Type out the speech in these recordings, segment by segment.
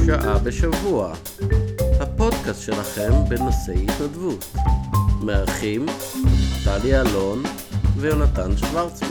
שעה בשבוע, הפודקאסט שלכם בנושא התנדבות. מארחים טלי אלון ויונתן שוורצמן.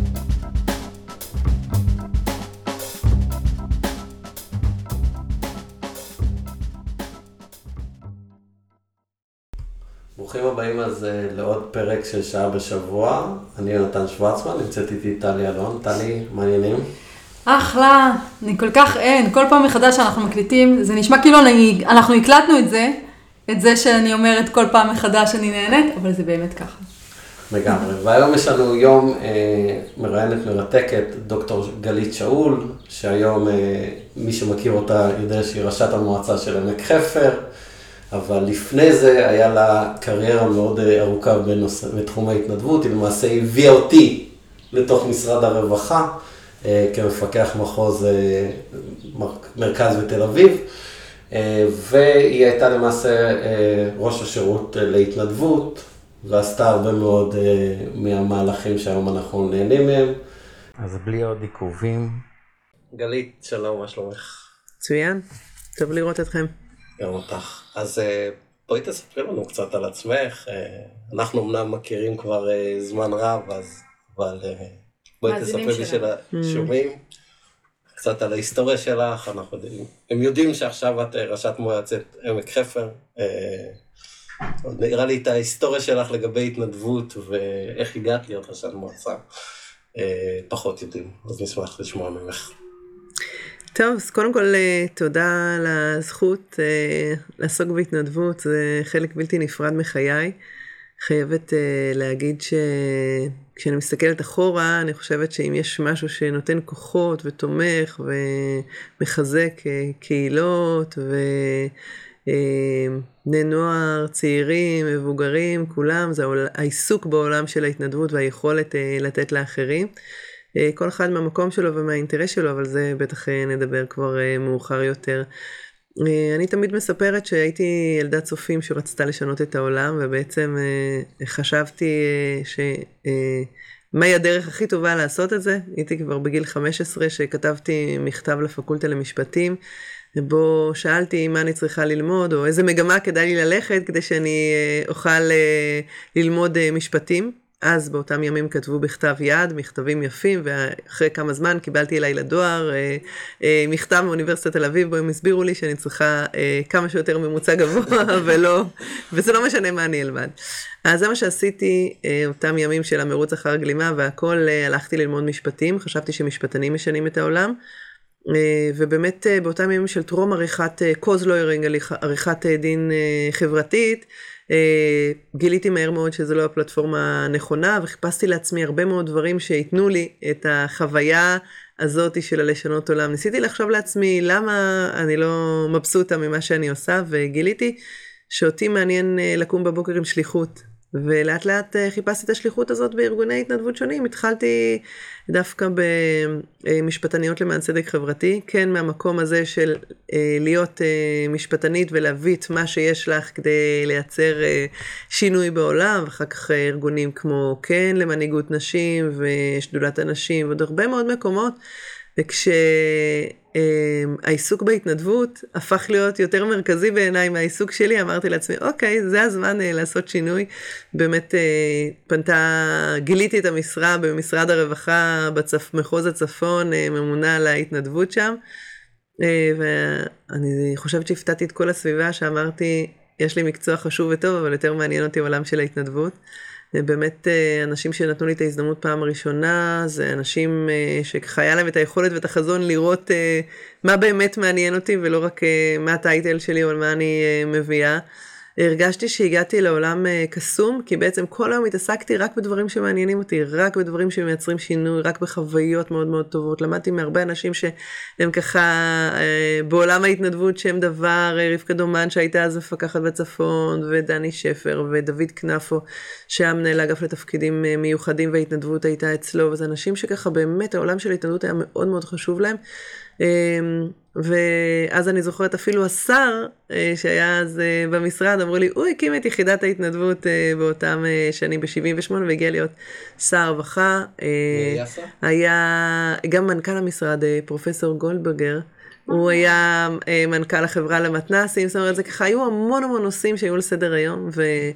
ברוכים הבאים אז לעוד פרק של שעה בשבוע. אני יונתן שוורצמן, נמצאת איתי טלי אלון. טלי, מה העניינים? אחלה, אני כל כך כל פעם מחדש שאנחנו מקליטים, זה נשמע כאילו אנחנו הקלטנו את זה שאני אומרת כל פעם מחדש שאני נהנית, אבל זה באמת ככה. לגמרי, והיום יש לנו יום מראיינת מרתקת, דוקטור גלית שאול, שהיום מי שמכיר אותה יודע שהיא ראשת המועצה של עמק חפר, אבל לפני זה היה לה קריירה מאוד ארוכה בתחום ההתנדבות, היא למעשה הביאה אותי לתוך משרד הרווחה, כמפקח מחוז מרכז בתל אביב, והיא הייתה למעשה ראש השירות להתנדבות, ועשתה הרבה מאוד מהמהלכים שהיום אנחנו נהנים מהם. אז בלי עוד עיכובים. גלית, שלום, מה שלומך? מצוין, טוב לראות אתכם. גם אותך. אז בואי תספרי לנו קצת על עצמך. אנחנו אמנם מכירים כבר זמן רב, אבל בואי תספרי לי של השומעים. קצת על ההיסטוריה שלך. הם יודעים שעכשיו את ראשת מועצת עמק חפר. נראה לי את ההיסטוריה שלך לגבי התנדבות ואיך הגעת להיות ראשת מועצה. פחות יודעים, אז נשמח לשמוע ממך. טוב, אז קודם כל תודה על הזכות לעסוק בהתנדבות, זה חלק בלתי נפרד מחיי. חייבת להגיד שכשאני מסתכלת אחורה, אני חושבת שאם יש משהו שנותן כוחות ותומך ומחזק קהילות בני נוער, צעירים, מבוגרים, כולם, זה העיסוק בעולם של ההתנדבות והיכולת לתת לאחרים. כל אחד מהמקום שלו ומהאינטרס שלו, אבל זה בטח נדבר כבר מאוחר יותר. אני תמיד מספרת שהייתי ילדת צופים שרצתה לשנות את העולם, ובעצם חשבתי מהי הדרך הכי טובה לעשות את זה. הייתי כבר בגיל 15 שכתבתי מכתב לפקולטה למשפטים, בו שאלתי מה אני צריכה ללמוד, או איזה מגמה כדאי לי ללכת, כדי שאני אוכל ללמוד משפטים. אז באותם ימים כתבו בכתב יד, מכתבים יפים, ואחרי כמה זמן קיבלתי אליי לדואר, מכתב מאוניברסיטת תל אביב, בו הם הסבירו לי שאני צריכה כמה שיותר ממוצע גבוה, וזה לא משנה מה אני אלמד. אז זה מה שעשיתי, אותם ימים של המרוץ אחר גלימה, והכל הלכתי ללמוד משפטים, חשבתי שמשפטנים משנים את העולם, ובאמת באותם ימים של טרום עריכת קוזלוירינג, עריכת דין חברתית, גיליתי מהר מאוד שזה לא הפלטפורמה הנכונה, וחיפשתי לעצמי הרבה מאוד דברים שיתנו לי את החוויה הזאת של לשנות עולם. ניסיתי לחשוב לעצמי למה אני לא מבסוטה ממה שאני עושה, וגיליתי שאותי מעניין לקום בבוקר עם שליחות. ולאט לאט חיפשתי את השליחות הזאת בארגוני התנדבות שונים. התחלתי דווקא במשפטניות למען צדק חברתי, כן, מהמקום הזה של להיות משפטנית ולהביא את מה שיש לך כדי לייצר שינוי בעולם, ואחר כך ארגונים כמו כן למנהיגות נשים ושדולת הנשים ועוד הרבה מאוד מקומות, וכשהעיסוק בהתנדבות הפך להיות יותר מרכזי בעיניי מהעיסוק שלי, אמרתי לעצמי, אוקיי, זה הזמן לעשות שינוי. באמת גיליתי את המשרה במשרד הרווחה במחוז הצפון, ממונה על ההתנדבות שם, ואני חושבת שהפתעתי את כל הסביבה שאמרתי, יש לי מקצוע חשוב וטוב, אבל יותר מעניין אותי עולם של ההתנדבות. באמת אנשים שנתנו לי את ההזדמנות פעם ראשונה, זה אנשים שככה היה להם את היכולת ואת החזון לראות מה באמת מעניין אותי, ולא רק מה הטייטל שלי, אבל מה אני מביאה. הרגשתי שהגעתי לעולם קסום, כי בעצם כל היום התעסקתי רק בדברים שמעניינים אותי, רק בדברים שמייצרים שינוי, רק בחוויות מאוד מאוד טובות. למדתי מהרבה אנשים שהם ככה בעולם ההתנדבות שם דבר, רבקה דומן שהייתה אז מפקחת בצפון, ודני שפר ודוד כנפו, שהיה מנהל אגף לתפקידים מיוחדים וההתנדבות הייתה אצלו, וזה אנשים שככה באמת העולם של ההתנדבות היה מאוד מאוד חשוב להם. ואז אני זוכרת אפילו השר שהיה אז במשרד, אמרו לי, הוא הקים את יחידת ההתנדבות באותם שנים ב-78, והגיע להיות שר הרווחה. היה גם מנכ"ל המשרד, פרופסור גולדברגר, הוא היה מנכ"ל החברה למתנ"סים, זאת אומרת, זה ככה, היו המון נושאים שהיו לסדר היום,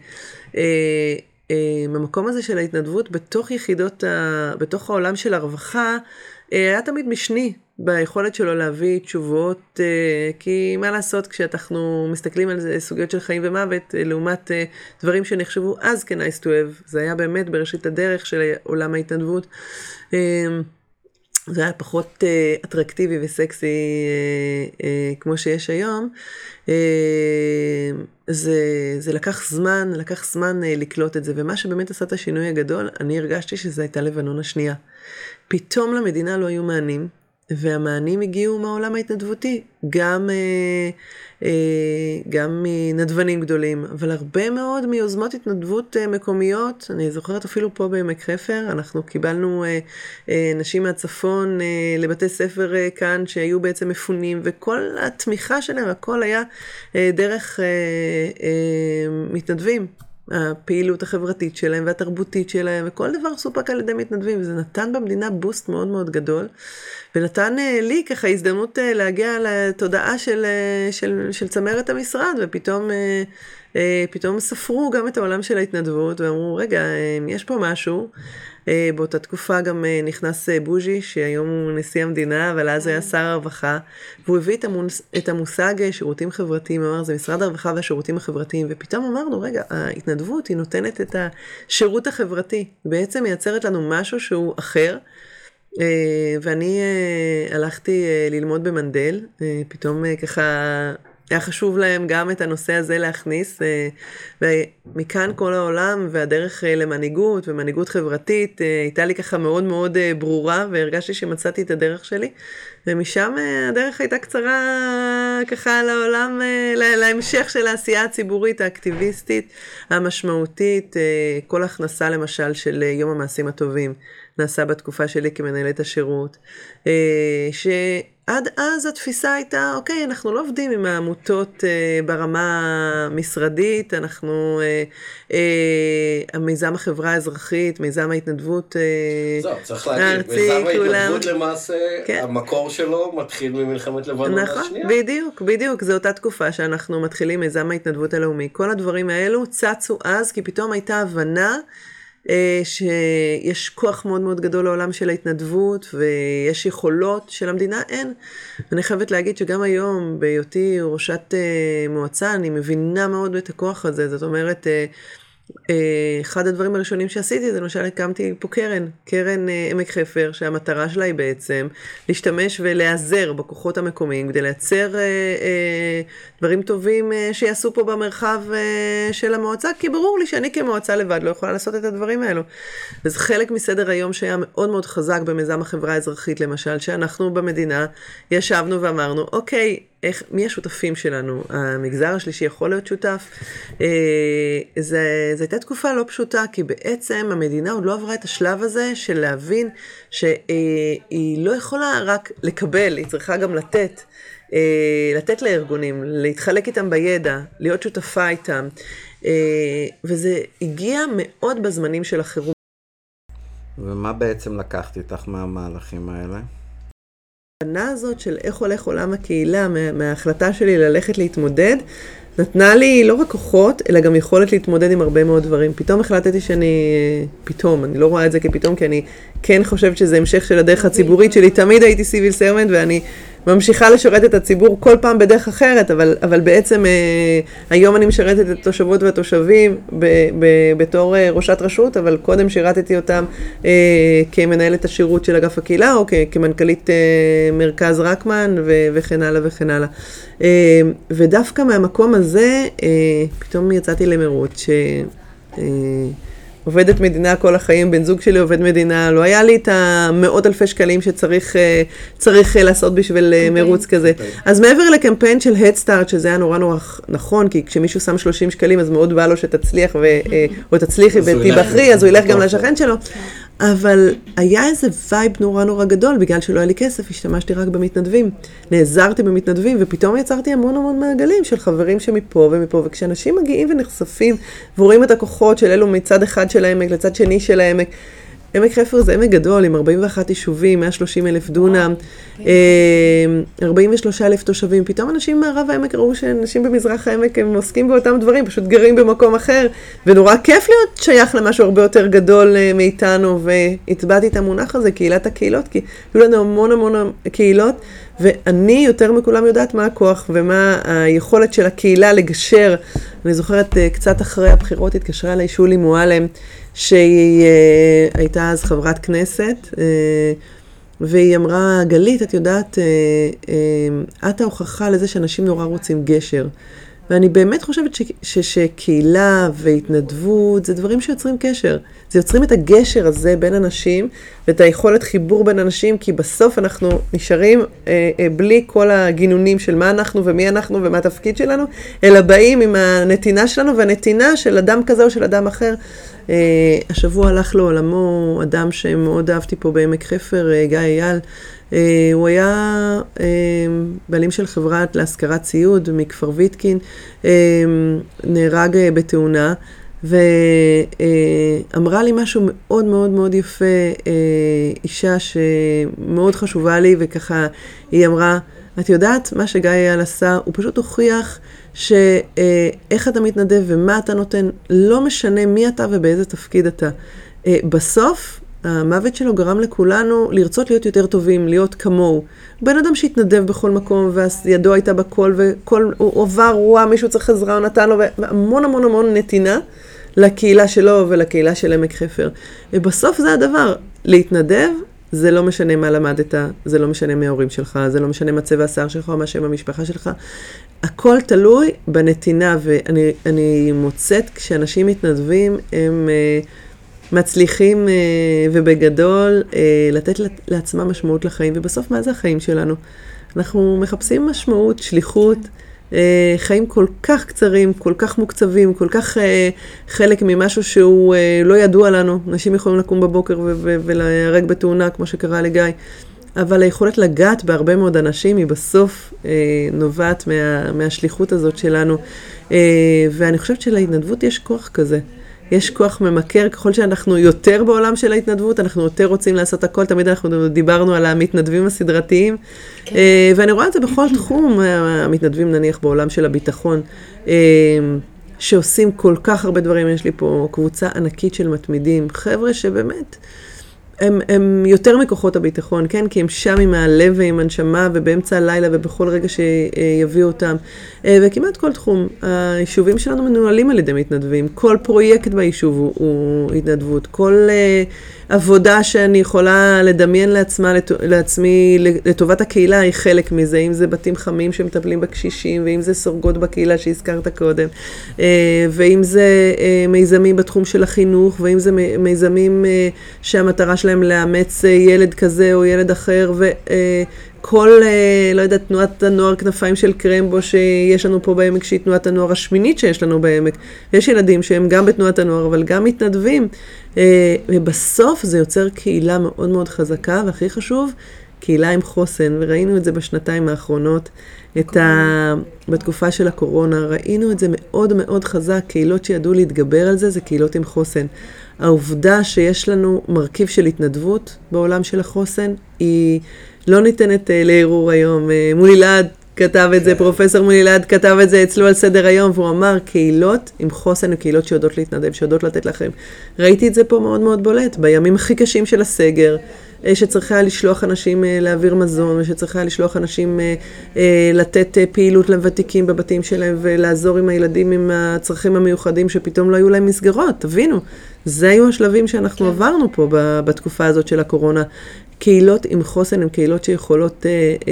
במקום הזה של ההתנדבות, בתוך יחידות, בתוך העולם של הרווחה, היה תמיד משני ביכולת שלו להביא תשובות, כי מה לעשות כשאנחנו מסתכלים על סוגיות של חיים ומוות, לעומת דברים שנחשבו אז כ-nice to have, זה היה באמת בראשית הדרך של עולם ההתנדבות, זה היה פחות אטרקטיבי וסקסי כמו שיש היום, זה לקח זמן לקלוט את זה, ומה שבאמת עשה את השינוי הגדול, אני הרגשתי שזה הייתה לבנון השנייה. פתאום למדינה לא היו מענים, והמענים הגיעו מהעולם ההתנדבותי, גם מנדבנים גדולים, אבל הרבה מאוד מיוזמות התנדבות מקומיות, אני זוכרת אפילו פה בעמק חפר, אנחנו קיבלנו נשים מהצפון לבתי ספר כאן שהיו בעצם מפונים, וכל התמיכה שלהם, הכל היה דרך מתנדבים. הפעילות החברתית שלהם והתרבותית שלהם, וכל דבר סופק על ידי מתנדבים, וזה נתן במדינה בוסט מאוד מאוד גדול, ונתן לי ככה הזדמנות להגיע לתודעה של צמרת המשרד, ופתאום ספרו גם את העולם של ההתנדבות, ואמרו, רגע, יש פה משהו, באותה תקופה גם נכנס בוז'י, שהיום הוא נשיא המדינה, אבל אז היה שר הרווחה, והוא הביא את המושג שירותים חברתיים, אמר, זה משרד הרווחה והשירותים החברתיים, ופתאום אמרנו, רגע, ההתנדבות היא נותנת את השירות החברתי, היא בעצם מייצרת לנו משהו שהוא אחר, ואני הלכתי ללמוד במנדל, פתאום ככה היה חשוב להם גם את הנושא הזה להכניס, ומכאן כל העולם והדרך למנהיגות ומנהיגות חברתית הייתה לי ככה מאוד מאוד ברורה, והרגשתי שמצאתי את הדרך שלי, ומשם הדרך הייתה קצרה ככה לעולם, להמשך של העשייה הציבורית, האקטיביסטית, המשמעותית, כל הכנסה למשל של יום המעשים הטובים, נעשה בתקופה שלי כמנהלת השירות, שעד אז התפיסה הייתה, אוקיי, אנחנו לא עובדים עם העמותות ברמה משרדית, אנחנו, המיזם החברה האזרחית, מיזם ההתנדבות זהו, צריך להגיד, מיזם ההתנדבות למעשה, המקור שלו מתחיל ממלחמת לבנון השנייה. נכון, בדיוק, זו אותה תקופה שאנחנו מתחילים מיזם ההתנדבות הלאומי. כל הדברים האלו צצו אז, כי פתאום הייתה הבנה, שיש כוח מאוד מאוד גדול לעולם של ההתנדבות, ויש יכולות של המדינה, אין. אני חייבת להגיד שגם היום, בהיותי ראשת מועצה, אני מבינה מאוד את הכוח הזה, זאת אומרת, אחד הדברים הראשונים שעשיתי זה למשל הקמתי פה קרן עמק חפר, שהמטרה שלה היא בעצם להשתמש ולהיעזר בכוחות המקומיים, כדי לייצר דברים טובים שיעשו פה במרחב של המועצה, כי ברור לי שאני כמועצה לבד לא יכולה לעשות את הדברים האלו. וזה חלק מסדר היום שהיה מאוד מאוד חזק במיזם החברה האזרחית למשל, שאנחנו במדינה ישבנו ואמרנו, אוקיי, מי השותפים שלנו? המגזר השלישי יכול להיות שותף. זו הייתה תקופה לא פשוטה, כי בעצם המדינה עוד לא עברה את השלב הזה של להבין שהיא לא יכולה רק לקבל, היא צריכה גם לתת לארגונים, להתחלק איתם בידע, להיות שותפה איתם. וזה הגיע מאוד בזמנים של החירום. ומה בעצם לקחת איתך מהמהלכים האלה? ההבנה הזאת של איך הולך עולם הקהילה, מההחלטה שלי ללכת להתמודד, נתנה לי לא רק כוחות, אלא גם יכולת להתמודד עם הרבה מאוד דברים. פתאום החלטתי אני לא רואה את זה כפתאום, כי אני כן חושבת שזה המשך של הדרך הציבורית שלי. תמיד הייתי סיביל סרמנט, ואני ממשיכה לשרת את הציבור כל פעם בדרך אחרת, אבל בעצם היום אני משרתת את התושבות והתושבים בתור ראשת רשות, אבל קודם שירתתי אותם כמנהלת השירות של אגף הקהילה, או כמנכ"לית מרכז רקמן וכן הלאה וכן הלאה. ודווקא מהמקום הזה פתאום יצאתי למרוץ עובדת מדינה כל החיים, בן זוג שלי עובד מדינה, לא היה לי את המאות אלפי שקלים שצריך לעשות בשביל מרוץ כזה. אז מעבר לקמפיין של Head Start, שזה היה נורא נכון, כי כשמישהו שם 30 שקלים, אז מאוד בא לו שתצליח, או תצליחי ותיבחרי, אז הוא ילך גם לשכן שלו. אבל היה איזה וייב נורא גדול, בגלל שלא היה לי כסף, השתמשתי רק במתנדבים, נעזרתי במתנדבים, ופתאום יצרתי המון מעגלים של חברים שמפה ומפה, וכשאנשים מגיעים ונחשפים, ורואים את הכוחות של אלו מצד אחד של העמק, לצד שני של העמק, עמק חפר זה עמק גדול, עם 41 יישובים, 130,000 דונם, 43,000 תושבים. פתאום אנשים מערב העמק ראו שאנשים במזרח העמק הם עוסקים באותם דברים, פשוט גרים במקום אחר, ונורא כיף להיות שייך למשהו הרבה יותר גדול מאיתנו, והצבעתי את המונח הזה, קהילת הקהילות, כי היו לנו המון המון קהילות, ואני יותר מכולם יודעת מה הכוח ומה היכולת של הקהילה לגשר. אני זוכרת קצת אחרי הבחירות התקשרה אליי שולי מועלם, שהיא הייתה אז חברת כנסת, והיא אמרה, גלית, את יודעת, את ההוכחה לזה שאנשים נורא רוצים גשר. ואני באמת חושבת שקהילה והתנדבות זה דברים שיוצרים קשר. זה יוצרים את הגשר הזה בין אנשים, ואת היכולת חיבור בין אנשים, כי בסוף אנחנו נשארים בלי כל הגינונים של מה אנחנו ומי אנחנו ומה התפקיד שלנו, אלא באים עם הנתינה שלנו, והנתינה של אדם כזה או של אדם אחר. השבוע הלך לעולמו אדם שמאוד אהבתי פה בעמק חפר, גיא אייל. הוא היה בעלים של חברת להשכרת ציוד מכפר ויטקין, נהרג בתאונה, ואמרה לי משהו מאוד מאוד מאוד יפה, אישה שמאוד חשובה לי, וככה היא אמרה, את יודעת, מה שגיא אייל עשה, הוא פשוט הוכיח שאיך אתה מתנדב ומה אתה נותן, לא משנה מי אתה ובאיזה תפקיד אתה. בסוף, המוות שלו גרם לכולנו לרצות להיות יותר טובים, להיות כמוהו. בן אדם שהתנדב בכל מקום, וידו הייתה בכל, הוא עבר, רואה, מישהו צריך עזרה, הוא נתן לו, והמון המון המון נתינה לקהילה שלו ולקהילה של עמק חפר. ובסוף זה הדבר, להתנדב, זה לא משנה מה למדת, זה לא משנה מי ההורים שלך, זה לא משנה מה צבע השיער שלך או מה שם המשפחה שלך. הכל תלוי בנתינה, ואני מוצאת כשאנשים מתנדבים, הם מצליחים ובגדול לתת לעצמם משמעות לחיים, ובסוף מה זה החיים שלנו? אנחנו מחפשים משמעות, שליחות, חיים כל כך קצרים, כל כך מוקצבים, כל כך חלק ממשהו שהוא לא ידוע לנו. אנשים יכולים לקום בבוקר ולהרג בתאונה, כמו שקרה לגיא. אבל היכולת לגעת בהרבה מאוד אנשים היא בסוף נובעת מהשליחות הזאת שלנו. ואני חושבת שלהתנדבות יש כוח כזה. יש כוח ממכר, ככל שאנחנו יותר בעולם של ההתנדבות, אנחנו יותר רוצים לעשות הכל, תמיד אנחנו דיברנו על המתנדבים הסדרתיים, כן. ואני רואה את זה בכל תחום, המתנדבים נניח בעולם של הביטחון, שעושים כל כך הרבה דברים, יש לי פה קבוצה ענקית של מתמידים, חבר'ה שבאמת, הם יותר מכוחות הביטחון, כן? כי הם שם עם הלב ועם הנשמה ובאמצע הלילה ובכל רגע שיביאו אותם. וכמעט כל תחום, היישובים שלנו מנוהלים על ידי מתנדבים. כל פרויקט ביישוב הוא התנדבות. כל עבודה שאני יכולה לדמיין לעצמי לטובת הקהילה היא חלק מזה. אם זה בתים חמים שמטפלים בקשישים, ואם זה סורגות בקהילה שהזכרת קודם, ואם זה מיזמים בתחום של החינוך, ואם זה מיזמים שהמטרה שלהם לאמץ ילד כזה או ילד אחר, וכל, לא יודעת, תנועת הנוער כנפיים של קרמבו שיש לנו פה בעמק, שהיא תנועת הנוער השמינית שיש לנו בעמק. יש ילדים שהם גם בתנועת הנוער, אבל גם מתנדבים. ובסוף זה יוצר קהילה מאוד מאוד חזקה, והכי חשוב, קהילה עם חוסן, וראינו את זה בשנתיים האחרונות, בתקופה של הקורונה, ראינו את זה מאוד מאוד חזק, קהילות שידעו להתגבר על זה, זה קהילות עם חוסן. העובדה שיש לנו מרכיב של התנדבות בעולם של החוסן, היא לא ניתנת לערעור היום. מולי לעד כתב את זה, פרופסור מולי לעד כתב את זה אצלו על סדר היום, והוא אמר, קהילות עם חוסן וקהילות שיודעות להתנדב, שיודעות לתת לכם. ראיתי את זה פה מאוד מאוד בולט, בימים הכי קשים של הסגר, שצריכה לשלוח אנשים להעביר מזון, ושצריכה לשלוח אנשים לתת פעילות לוותיקים בבתים שלהם, ולעזור עם הילדים עם הצרכים המיוחדים, שפתאום לא היו להם מסגרות. תבינו, זה היו השלבים שאנחנו עברנו פה בתקופה הזאת של הקורונה. קהילות עם חוסן, הן קהילות שיכולות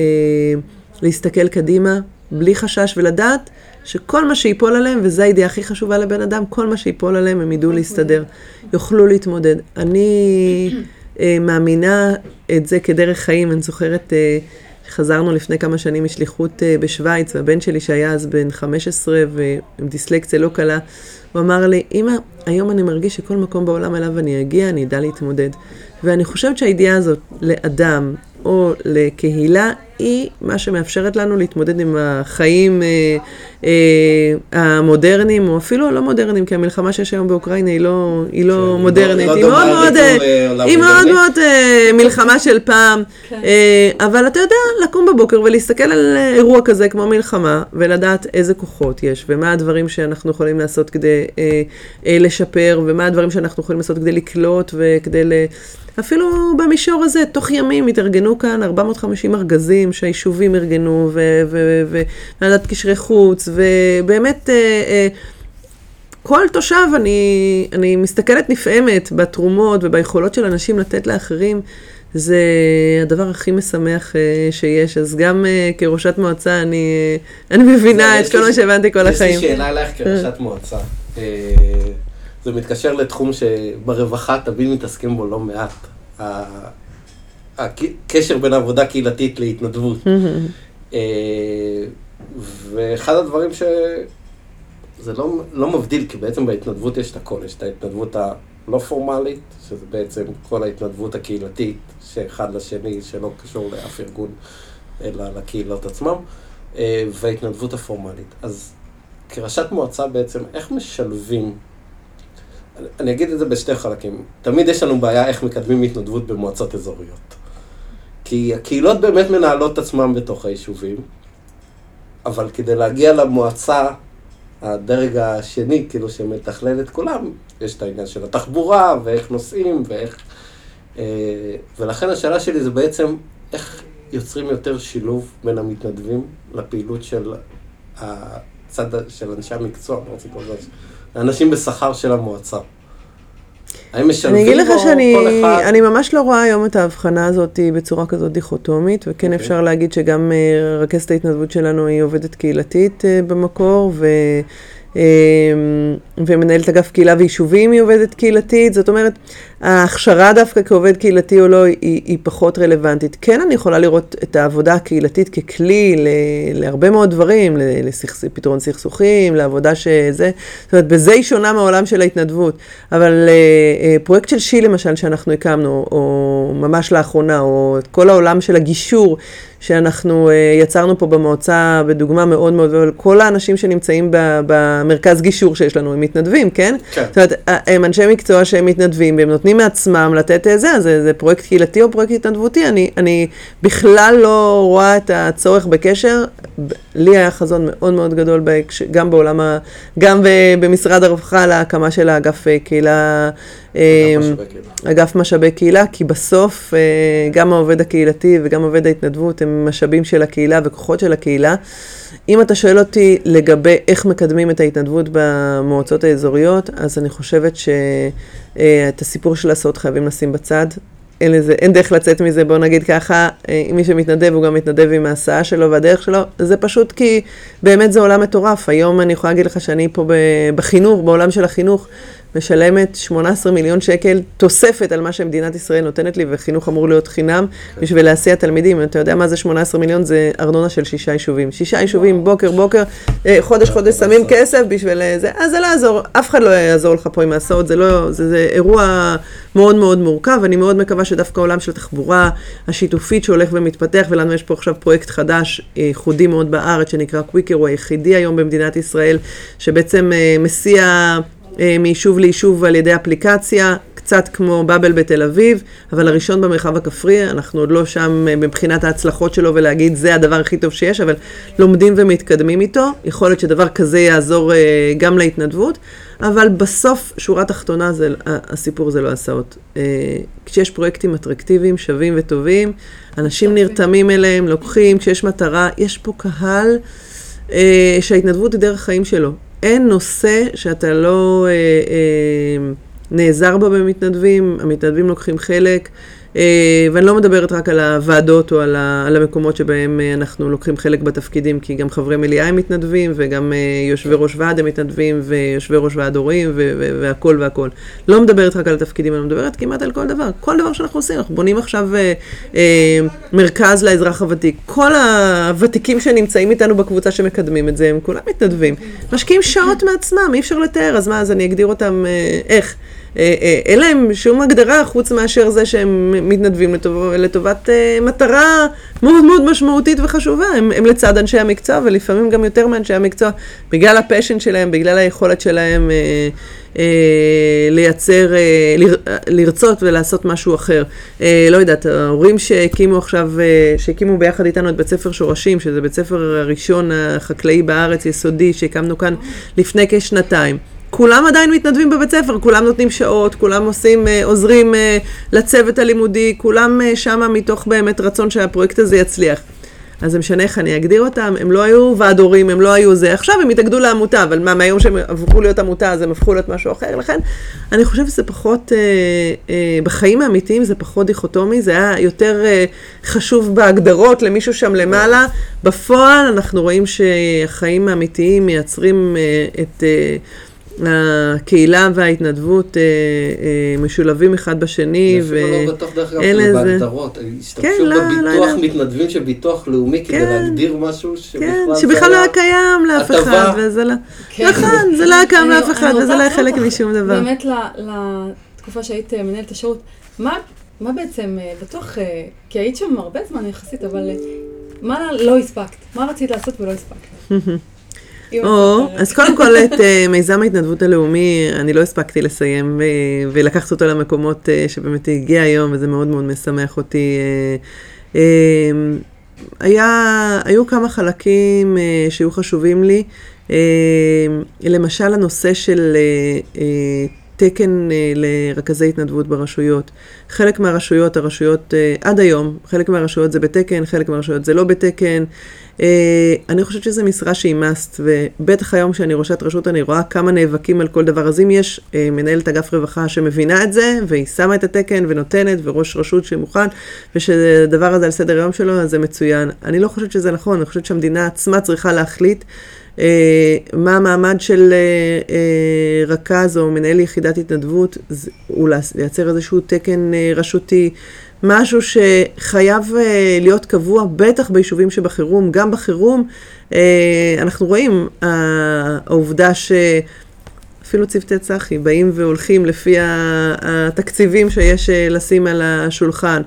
להסתכל קדימה, בלי חשש, ולדעת שכל מה שיפול עליהם, וזו הידיעה הכי חשובה לבן אדם, כל מה שיפול עליהם הם ידעו להסתדר, יוכלו להתמודד. אני מאמינה את זה כדרך חיים. אני זוכרת שחזרנו לפני כמה שנים משליחות בשוויץ, והבן שלי שהיה אז בן 15 ועם דיסלקציה לא קלה, הוא אמר לי, אמא, היום אני מרגיש שכל מקום בעולם אליו אני אגיע, אני אדע להתמודד. ואני חושבת שהידיעה הזאת לאדם או לקהילה היא מה שמאפשרת לנו להתמודד עם החיים המודרניים, או אפילו הלא מודרניים, כי המלחמה שיש היום באוקראינה היא לא מודרנית, היא מאוד מאוד מלחמה של פעם, אבל אתה יודע, לקום בבוקר ולהסתכל על אירוע כזה כמו מלחמה, ולדעת איזה כוחות יש, ומה הדברים שאנחנו יכולים לעשות כדי לשפר, ומה הדברים שאנחנו יכולים לעשות כדי לקלוט, וכדי אפילו במישור הזה, תוך ימים התארגנו כאן 450 ארגזים שהיישובים ארגנו, ועדת קשרי חוץ, ובאמת כל תושב, אני מסתכלת נפעמת בתרומות וביכולות של אנשים לתת לאחרים, זה הדבר הכי משמח שיש. אז גם כראשת מועצה אני מבינה את כל מה שהבנתי כל החיים. יש לי שאלה אלייך כראשת מועצה. זה מתקשר לתחום שברווחה תמיד מתעסקים בו לא מעט. הקשר בין עבודה קהילתית להתנדבות. ואחד הדברים זה לא מבדיל, כי בעצם בהתנדבות יש את הכל. יש את ההתנדבות הלא פורמלית, שזה בעצם כל ההתנדבות הקהילתית, שאחד לשני, שלא קשור לאף ארגון, אלא לקהילות עצמם, וההתנדבות הפורמלית. אז כראשת מועצה בעצם, איך משלבים? אני אגיד את זה בשתי חלקים. תמיד יש לנו בעיה איך מקדמים התנדבות במועצות אזוריות. כי הקהילות באמת מנהלות עצמם בתוך היישובים, אבל כדי להגיע למועצה, הדרג השני, כאילו שמתכלל את כולם, יש את העניין של התחבורה, ואיך נוסעים, ולכן השאלה שלי זה בעצם, איך יוצרים יותר שילוב בין המתנדבים לפעילות של הצד של אנשי המקצוע, האנשים בשכר של המועצה. האם משלבים אני אגיד לך אחד? אני ממש לא רואה היום את ההבחנה הזאת בצורה כזאת דיכוטומית, וכן אפשר להגיד שגם רכזת ההתנדבות שלנו היא עובדת קהילתית במקור, ומנהלת אגף קהילה ויישובים היא עובדת קהילתית, זאת אומרת, ההכשרה דווקא כעובד קהילתי או לא היא פחות רלוונטית. כן, אני יכולה לראות את העבודה הקהילתית ככלי להרבה מאוד דברים, לפתרון סכסוכים, לעבודה שזה, זאת אומרת, בזה היא שונה מהעולם של ההתנדבות, אבל פרויקט של שי למשל שאנחנו הקמנו, או ממש לאחרונה, או את כל העולם של הגישור, שאנחנו יצרנו פה במועצה בדוגמה מאוד מאוד, וכל האנשים שנמצאים במרכז גישור שיש לנו, הם מתנדבים, כן? כן. זאת אומרת, הם אנשי מקצוע שהם מתנדבים, והם נותנים מעצמם לתת זה פרויקט קהילתי או פרויקט התנדבותי, אני בכלל לא רואה את הצורך בקשר, לי היה חזון מאוד מאוד גדול, גם בעולם, גם במשרד הרווחה, להקמה של האגף קהילה, אגף משאבי קהילה, כי בסוף גם העובד הקהילתי וגם עובד ההתנדבות הם משאבים של הקהילה וכוחות של הקהילה. אם אתה שואל אותי לגבי איך מקדמים את ההתנדבות במועצות האזוריות, אז אני חושבת שאת הסיפור של לעשות חייבים לשים בצד. אין דרך לצאת מזה, בוא נגיד ככה, מי שמתנדב הוא גם מתנדב עם ההסעה שלו והדרך שלו, זה פשוט כי באמת זה עולם מטורף. היום אני יכולה להגיד לך שאני פה בחינוך, בעולם של החינוך, משלמת 18 מיליון שקל תוספת על מה שמדינת ישראל נותנת לי, וחינוך אמור להיות חינם בשביל להסיע תלמידים. אתה יודע מה זה 18 מיליון? זה ארנונה של 6 יישובים. 6 יישובים, בוקר, חודש שמים כסף בשביל זה. אז זה לא יעזור, אף אחד לא יעזור לך פה עם ההסעות, זה אירוע מאוד מאוד מורכב. אני מאוד מקווה שדווקא העולם של תחבורה השיתופית שהולך ומתפתח, ולנו יש פה עכשיו פרויקט חדש, ייחודי מאוד בארץ, שנקרא קוויקר, הוא היחידי היום במדינת ישראל, שבעצם מסיע מיישוב ליישוב על ידי אפליקציה, קצת כמו בבל בתל אביב, אבל הראשון במרחב הכפרי, אנחנו עוד לא שם מבחינת ההצלחות שלו ולהגיד זה הדבר הכי טוב שיש, אבל לומדים ומתקדמים איתו, יכול להיות שדבר כזה יעזור גם להתנדבות, אבל בסוף שורה תחתונה הסיפור זה לא הסעות. כשיש פרויקטים אטרקטיביים, שווים וטובים, אנשים נרתמים אליהם, לוקחים, כשיש מטרה, יש פה קהל שההתנדבות היא דרך חיים שלו. אין נושא שאתה לא נעזר בה במתנדבים, המתנדבים לוקחים חלק, ואני לא מדברת רק על הוועדות או על המקומות שבהם אנחנו לוקחים חלק בתפקידים, כי גם חברי מליאה הם מתנדבים, וגם יושבי ראש ועד הם מתנדבים, ויושבי ראש ועד הורים, והכל והכל. לא מדברת רק על התפקידים, אני מדברת כמעט על כל דבר. כל דבר שאנחנו עושים, אנחנו בונים עכשיו מרכז לאזרח הוותיק. כל הוותיקים שנמצאים איתנו בקבוצה שמקדמים את זה, הם כולם מתנדבים. משקיעים שעות מעצמם, אי אפשר לתאר, אז מה, אז אני אגדיר אותם איך? אין להם שום הגדרה חוץ מאשר זה שהם מתנדבים לטובת מטרה מאוד מאוד משמעותית וחשובה. הם לצד אנשי המקצוע, ולפעמים גם יותר מאנשי המקצוע, בגלל הפשן שלהם, בגלל היכולת שלהם לייצר, לרצות ולעשות משהו אחר. לא יודעת, ההורים שהקימו עכשיו, שהקימו ביחד איתנו את בית ספר שורשים, שזה בית ספר הראשון החקלאי בארץ, יסודי, שהקמנו כאן לפני כשנתיים. כולם עדיין מתנדבים בבית ספר, כולם נותנים שעות, כולם עוזרים לצוות הלימודי, כולם שמה מתוך באמת רצון שהפרויקט הזה יצליח. אז זה משנה איך אני אגדיר אותם, הם לא היו ועד הורים, הם לא היו זה. עכשיו הם התאגדו לעמותה, אבל מהיום שהם עברו להיות עמותה, אז הם הפכו להיות משהו אחר. לכן, אני חושב שזה פחות, בחיים האמיתיים זה פחות דיכוטומי, זה היה יותר חשוב בהגדרות למישהו שם למעלה. בפועל אנחנו רואים שהחיים האמיתיים מייצרים את הקהילה וההתנדבות משולבים אחד בשני, ואפילו לא בטוח דרך גם בהגדרות, השתמשו בביטוח מתנדבים של ביטוח לאומי כדי להגדיר משהו שבכלל לא היה קיים לאף אחד, נכון, זה לא היה קיים לאף אחד, וזה לא היה חלק משום דבר. באמת לתקופה שהיית מנהלת השירות, מה בעצם, בטוח, כי היית שם הרבה זמן יחסית, אבל מה לא הספקת? מה רצית לעשות ולא הספקת? אז קודם כל את מיזם ההתנדבות הלאומי, אני לא הספקתי לסיים ולקחת אותו למקומות שבאמת הגיע היום, וזה מאוד מאוד משמח אותי. היו כמה חלקים שהיו חשובים לי, למשל הנושא של תקן לרכזי התנדבות ברשויות. חלק מהרשויות, עד היום, חלק מהרשויות זה בתקן, חלק מהרשויות זה לא בתקן. אני חושבת שזו משרה שהיא מאסט, ובטח היום כשאני ראשת רשות אני רואה כמה נאבקים על כל דבר. אז אם יש מנהלת אגף רווחה שמבינה את זה, והיא שמה את התקן ונותנת, וראש רשות שמוכן, ושהדבר הזה על סדר היום שלו, אז זה מצוין. אני לא חושבת שזה נכון, אני חושבת שהמדינה עצמה צריכה להחליט מה המעמד של רכז או מנהל יחידת התנדבות, הוא לייצר איזשהו תקן רשותי, משהו שחייב להיות קבוע, בטח ביישובים שבחירום, גם בחירום, אנחנו רואים העובדה שאפילו צוותי צחי באים והולכים לפי התקציבים שיש לשים על השולחן,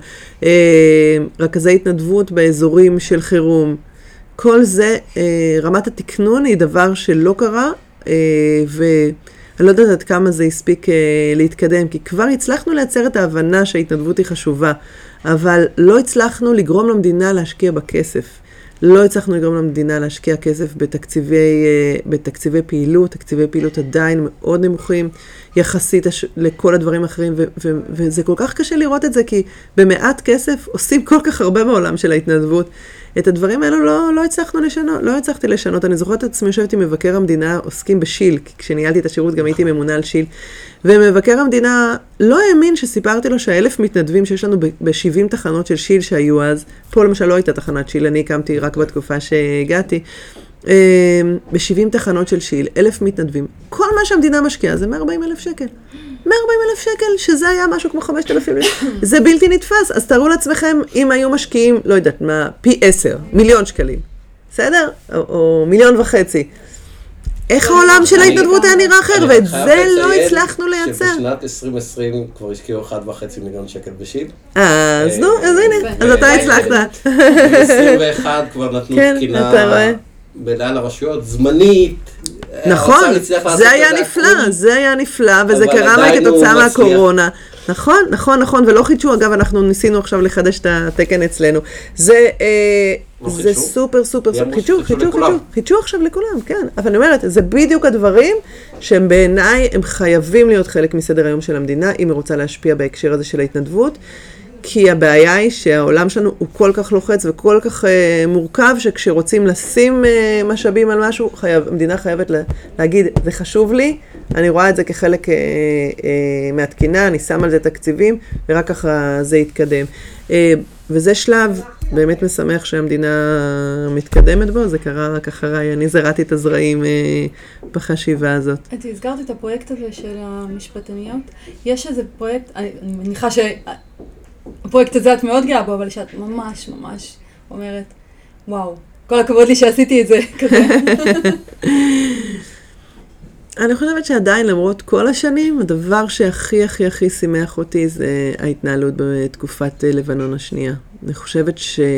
רכזי התנדבות באזורים של חירום, כל זה, רמת התקנון היא דבר שלא קרה, ואני לא יודעת עד כמה זה הספיק להתקדם, כי כבר הצלחנו לייצר את ההבנה שההתנדבות היא חשובה, אבל לא הצלחנו לגרום למדינה להשקיע בכסף. לא הצלחנו לגרום למדינה להשקיע כסף בתקציבי פעילות, תקציבי פעילות עדיין מאוד נמוכים, יחסית לכל הדברים האחרים, וזה כל כך קשה לראות את זה, כי במעט כסף עושים כל כך הרבה בעולם של ההתנדבות. את הדברים האלו לא הצלחנו לשנות, לא הצלחתי לשנות. אני זוכרת את עצמי יושבת עם מבקר המדינה, עוסקים בשיל, כי כשניהלתי את השירות גם הייתי ממונה על שיל, ומבקר המדינה לא האמין שסיפרתי לו שה1,000 מתנדבים שיש לנו ב70 תחנות של שיל שהיו אז, פה למשל לא הייתה תחנת שיל, אני הקמתי רק בתקופה שהגעתי, ב70 תחנות של שיל, 1,000 מתנדבים, כל מה שהמדינה משקיעה זה 140,000 שקל. 140,000 שקל, שזה היה משהו כמו 5,000, זה בלתי נתפס. אז תראו לעצמכם, אם היו משקיעים, לא יודעת מה, פי 10, מיליון שקלים, בסדר? או 1.5 מיליון. איך העולם של ההתנדבות היה נראה אחר, ואת זה לא הצלחנו לייצר. שבשנת 2020 כבר השקיעו 1.5 מיליון שקל בשיל. אז נו, אז הנה, אז אתה הצלחת. ב-21 כבר נתנו תקינה בליל הרשויות, זמנית. נכון, זה היה נפלא, זה היה נפלא, וזה קרה רק כתוצאה מהקורונה. נכון, ולא חידשו, אגב, אנחנו ניסינו עכשיו לחדש את התקן אצלנו. זה סופר, חידשו עכשיו לכולם, כן. אבל אני אומרת, זה בדיוק הדברים שהם בעיניי, הם חייבים להיות חלק מסדר היום של המדינה, אם היא רוצה להשפיע בהקשר הזה של ההתנדבות, כי הבעיה היא שהעולם שלנו הוא כל כך לוחץ וכל כך מורכב, שכשרוצים לשים משאבים על משהו, המדינה חייבת להגיד, זה חשוב לי, אני רואה את זה כחלק מהתקינה, אני שם על זה תקציבים, ורק ככה זה יתקדם. וזה שלב באמת משמח שהמדינה מתקדמת בו, זה קרה רק אחריי, אני זרעתי את הזרעים בחשיבה הזאת. את הזכרת את הפרויקט הזה של המשפטניות, יש איזה פרויקט, אני מניחה הפרויקט הזה את מאוד גאה בו, אבל שאת ממש אומרת, וואו, כל הכבוד לי שעשיתי את זה, כזה. אני חושבת שעדיין, למרות כל השנים, הדבר שהכי הכי הכי שימח אותי זה ההתנהלות בתקופת לבנון השנייה. אני חושבת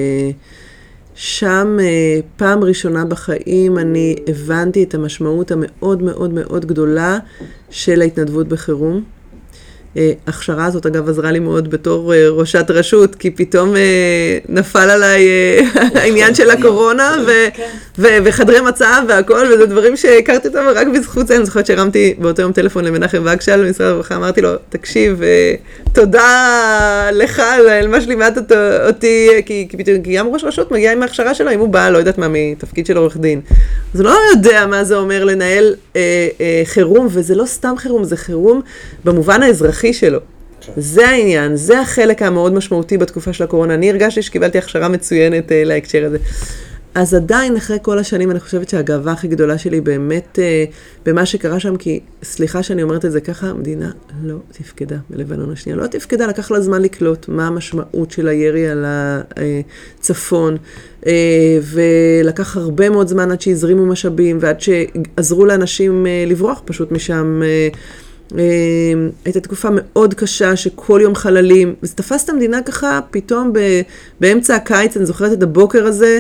ששם פעם ראשונה בחיים אני הבנתי את המשמעות המאוד מאוד מאוד גדולה של ההתנדבות בחירום. ההכשרה הזאת, אגב, עזרה לי מאוד בתור ראשת רשות, כי פתאום נפל עליי העניין של הקורונה, וחדרי מצב והכל, וזה דברים שהכרתי אותם רק בזכות זה. אני זוכרת שהרמתי באותו יום טלפון למנחם וגשל במשרד הרווחה, אמרתי לו, תקשיב, תודה לך על מה שלימדת אותי, כי גם ראש רשות מגיע עם ההכשרה שלו, אם הוא בא, לא יודעת מה, מתפקיד של עורך דין. אז הוא לא יודע מה זה אומר לנהל חירום, וזה לא סתם חירום, זה חירום במובן האזרחי שלו. זה העניין, זה החלק המאוד משמעותי בתקופה של הקורונה. אני הרגשתי שקיבלתי הכשרה מצוינת להקשר הזה. אז עדיין אחרי כל השנים אני חושבת שהגאווה הכי גדולה שלי באמת במה שקרה שם, כי סליחה שאני אומרת את זה ככה, המדינה לא תפקדה בלבנון השנייה, לא תפקדה, לקח לה זמן לקלוט מה המשמעות של הירי על הצפון, ולקח הרבה מאוד זמן עד שהזרימו משאבים, ועד שעזרו לאנשים לברוח פשוט משם. הייתה תקופה מאוד קשה שכל יום חללים, וזה תפס את המדינה ככה פתאום באמצע הקיץ, אני זוכרת את הבוקר הזה,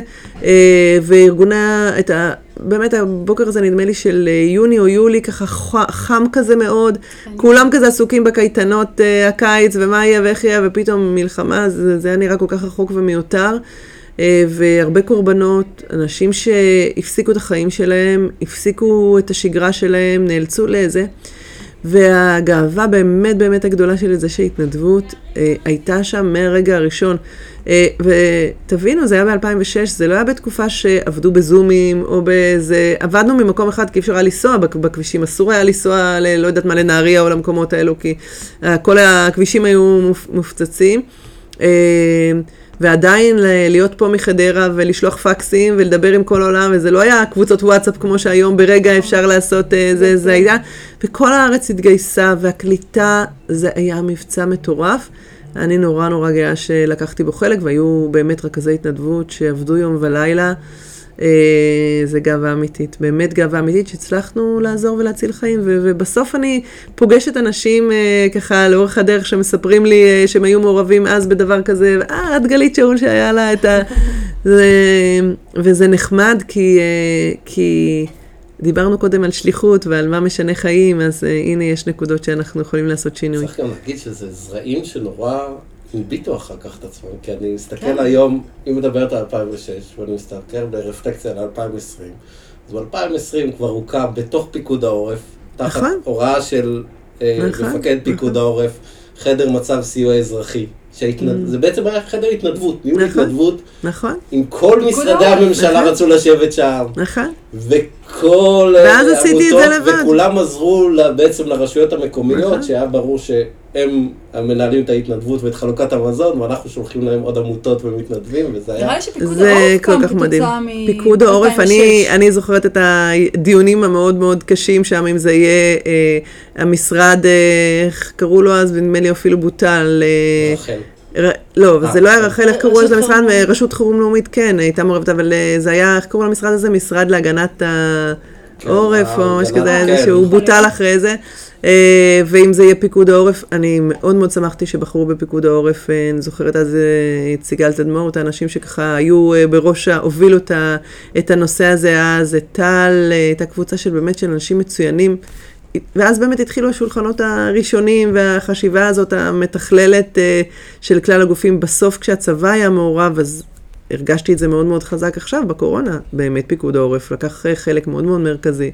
באמת הבוקר הזה נדמה לי של יוני או יולי, ככה חם כזה מאוד, כולם כזה עסוקים בקייטנות הקיץ, ומה יהיה ואיך יהיה, ופתאום מלחמה, זה היה נראה כל כך רחוק ומיותר, והרבה קורבנות, אנשים שהפסיקו את החיים שלהם, הפסיקו את השגרה שלהם, נאלצו לזה, והגאווה באמת באמת הגדולה שלי זה שההתנדבות הייתה שם מהרגע הראשון. ותבינו, זה היה ב-2006, זה לא היה בתקופה שעבדו בזומים או באיזה, עבדנו ממקום אחד כי אפשר היה לנסוע בכבישים, אסור היה לנסוע לא יודעת מה לנהריה או למקומות האלו, כי כל הכבישים היו מופצצים. ועדיין להיות פה מחדרה ולשלוח פקסים ולדבר עם כל העולם, וזה לא היה קבוצות וואטסאפ כמו שהיום ברגע אפשר לעשות זה היה, וכל הארץ התגייסה, והקליטה זה היה מבצע מטורף. אני נורא נורא גאה שלקחתי בו חלק, והיו באמת רכזי התנדבות שעבדו יום ולילה. זה גאווה אמיתית, באמת גאווה אמיתית שהצלחנו לעזור ולהציל חיים, ובסוף אני פוגשת אנשים ככה לאורך הדרך שמספרים לי שהם היו מעורבים אז בדבר כזה, את גלית שאול שהיה לה את וזה נחמד כי דיברנו קודם על שליחות ועל מה משנה חיים, אז הנה יש נקודות שאנחנו יכולים לעשות שינוי. צריך גם להגיד שזה זרעים שנורא הביטו אחר כך את עצמם, כי אני מסתכל היום, אם מדברת על 2006, ואני מסתכל ברפלקציה על 2020, אז ב-2020 כבר הוקם בתוך פיקוד העורף, תחת הוראה של מפקד פיקוד העורף, חדר מצב סיוע אזרחי, זה בעצם היה חדר התנדבות, ניהול התנדבות, עם כל משרדי הממשלה רצו לשבת שם, וכל העמותות, וכולם עזרו בעצם לרשויות המקומיות, שהיה ברור שהם מנהלים את ההתנדבות ואת חלוקת המזון, ואנחנו שולחים להם עוד עמותות ומתנדבים, וזה היה... נראה לי שפיקוד העורף קם כתוצאה מ... פיקוד העורף, אני זוכרת את הדיונים המאוד מאוד קשים שם, אם זה יהיה המשרד, איך קראו לו אז, ונדמה לי אפילו בוטל... רחל. לא, זה לא היה רחל, איך קראו לזה משרד, רשות חירום לאומית, כן, הייתה מעורבת, אבל זה היה, איך קראו למשרד הזה? משרד להגנת העורף, או משהו כזה, שהוא בוטל אחרי זה. ואם זה יהיה פיקוד העורף, אני מאוד מאוד שמחתי שבחרו בפיקוד העורף, אני זוכרת אז סיגל תדמור, את האנשים שככה היו בראש, הובילו את הנושא הזה אז, את טל, את הקבוצה של באמת של אנשים מצוינים, ואז באמת התחילו השולחנות הראשונים והחשיבה הזאת המתכללת של כלל הגופים. בסוף כשהצבא היה מעורב, אז הרגשתי את זה מאוד מאוד חזק. עכשיו בקורונה, באמת פיקוד העורף לקח חלק מאוד מאוד מרכזי.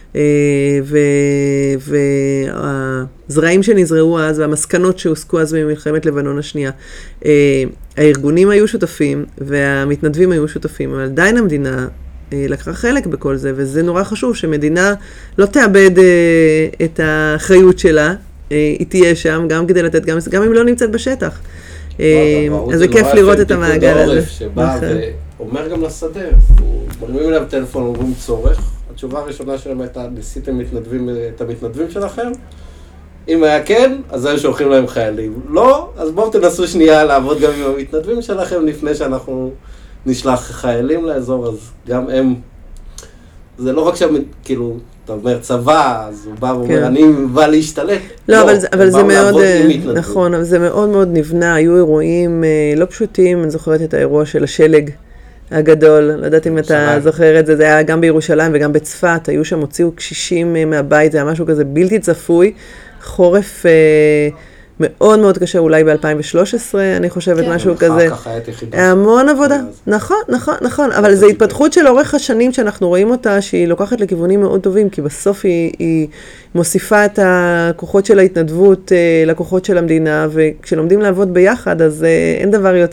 והזרעים שנזרעו אז והמסקנות שהוסקו אז במלחמת לבנון השנייה, הארגונים היו שותפים והמתנדבים היו שותפים, אבל עדיין המדינה לקחה חלק בכל זה, וזה נורא חשוב שמדינה לא תאבד את האחריות שלה, היא תהיה שם גם כדי לתת, גם אם לא נמצאת בשטח. אז זה כיף לראות את המעגל הזה. שבא ואומר גם לשדה, מרימים אליו טלפון, אומרים צורך, התשובה הראשונה שלהם הייתה, ניסיתם את המתנדבים שלכם? אם היה כן, אז היו שולחים להם חיילים. לא, אז בואו תנסו שנייה לעבוד גם עם המתנדבים שלכם לפני שאנחנו נשלח חיילים לאזור, אז גם הם, זה לא רק שם, כאילו, אתה אומר צבא, אז הוא בא ואומר, אני בא להשתלט. לא, אבל זה מאוד, נכון, אבל זה מאוד מאוד נבנה, היו אירועים לא פשוטים, אני זוכרת את האירוע של השלג הגדול, לא יודעת אם אתה זוכר את זה, זה היה גם בירושלים וגם בצפת, היו שם, הוציאו קשישים מהבית, זה היה משהו כזה בלתי צפוי, חורף מאוד מאוד קשה, אולי ב-2013, אני חושבת משהו כזה. המון עבודה, נכון, אבל זו התפתחות של אורך השנים שאנחנו רואים אותה, שהיא לוקחת לכיוונים מאוד טובים, כי בסוף היא מוסיפה את הכוחות של ההתנדבות לכוחות של המדינה, וכשלומדים לעבוד ביחד, אז אין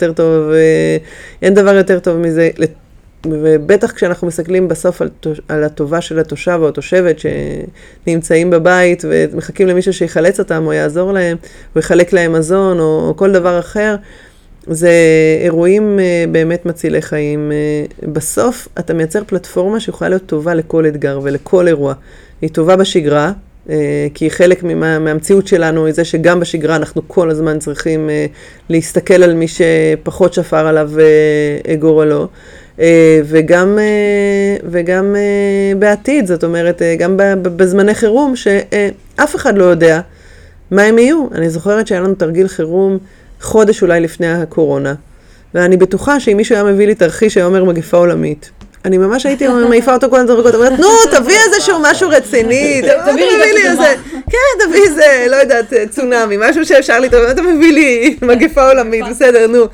דבר יותר טוב מזה, ובטח כשאנחנו מסתכלים בסוף על הטובה של התושב או התושבת שנמצאים בבית ומחכים למישהו שיחלץ אותם או יעזור להם, או יחלק להם מזון או כל דבר אחר, זה אירועים באמת מצילי חיים. בסוף אתה מייצר פלטפורמה שיכולה להיות טובה לכל אתגר ולכל אירוע. היא טובה בשגרה, כי חלק מהמציאות שלנו היא זה שגם בשגרה אנחנו כל הזמן צריכים להסתכל על מי שפחות שפר עליו גורלו. וגם בעתיד, זאת אומרת, גם בזמני חירום, שאף אחד לא יודע מה הם יהיו. אני זוכרת שהיה לנו תרגיל חירום חודש אולי לפני הקורונה, ואני בטוחה שאם מישהו היה מביא לי תרחיש היה אומר מגפה עולמית, אני ממש הייתי מעיפה אותו כל הזמן, אומרת, נו, תביא איזשהו משהו רציני, תביא לי איזה, כן, תביא איזה, לא יודעת, צונאמי, משהו שאפשר לי, אתה מביא לי מגפה עולמית, בסדר, נו.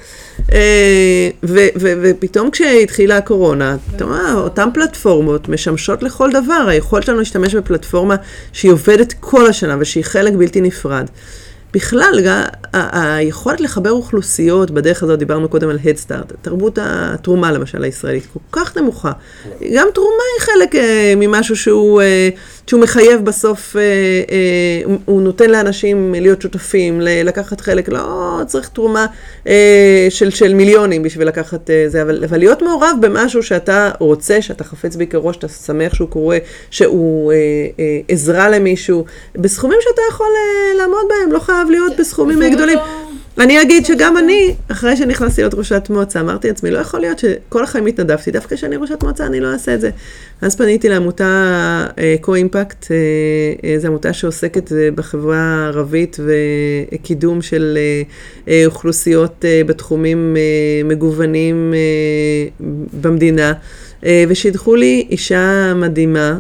ופתאום כשהתחילה הקורונה, אותן פלטפורמות משמשות לכל דבר, היכולת שלנו להשתמש בפלטפורמה שהיא עובדת כל השנה ושהיא חלק בלתי נפרד. בכלל, היכולת לחבר אוכלוסיות, בדרך הזאת דיברנו קודם על Head Start, תרבות התרומה למשל הישראלית, כל כך נמוכה. גם תרומה היא חלק ממשהו שהוא מחייב בסוף, הוא נותן לאנשים להיות שותפים, לקחת חלק, לא צריך תרומה של מיליונים בשביל לקחת זה, אבל להיות מעורב במשהו שאתה רוצה, שאתה חפץ בעיקרו, שאתה שמח שהוא קורה, שהוא עזרה למישהו, בסכומים שאתה יכול לעמוד בהם, לא חייב להיות בסכומים גדולים. אני אגיד שגם אני, אחרי שנכנסתי להיות ראשת מועצה, אמרתי לעצמי, לא יכול להיות שכל החיים התנדבתי, דווקא כשאני ראשת מועצה אני לא אעשה את זה. אז פניתי לעמותה קו-אימפקט, זו עמותה שעוסקת בחברה הערבית וקידום של אוכלוסיות בתחומים מגוונים במדינה, ושידחו לי אישה מדהימה,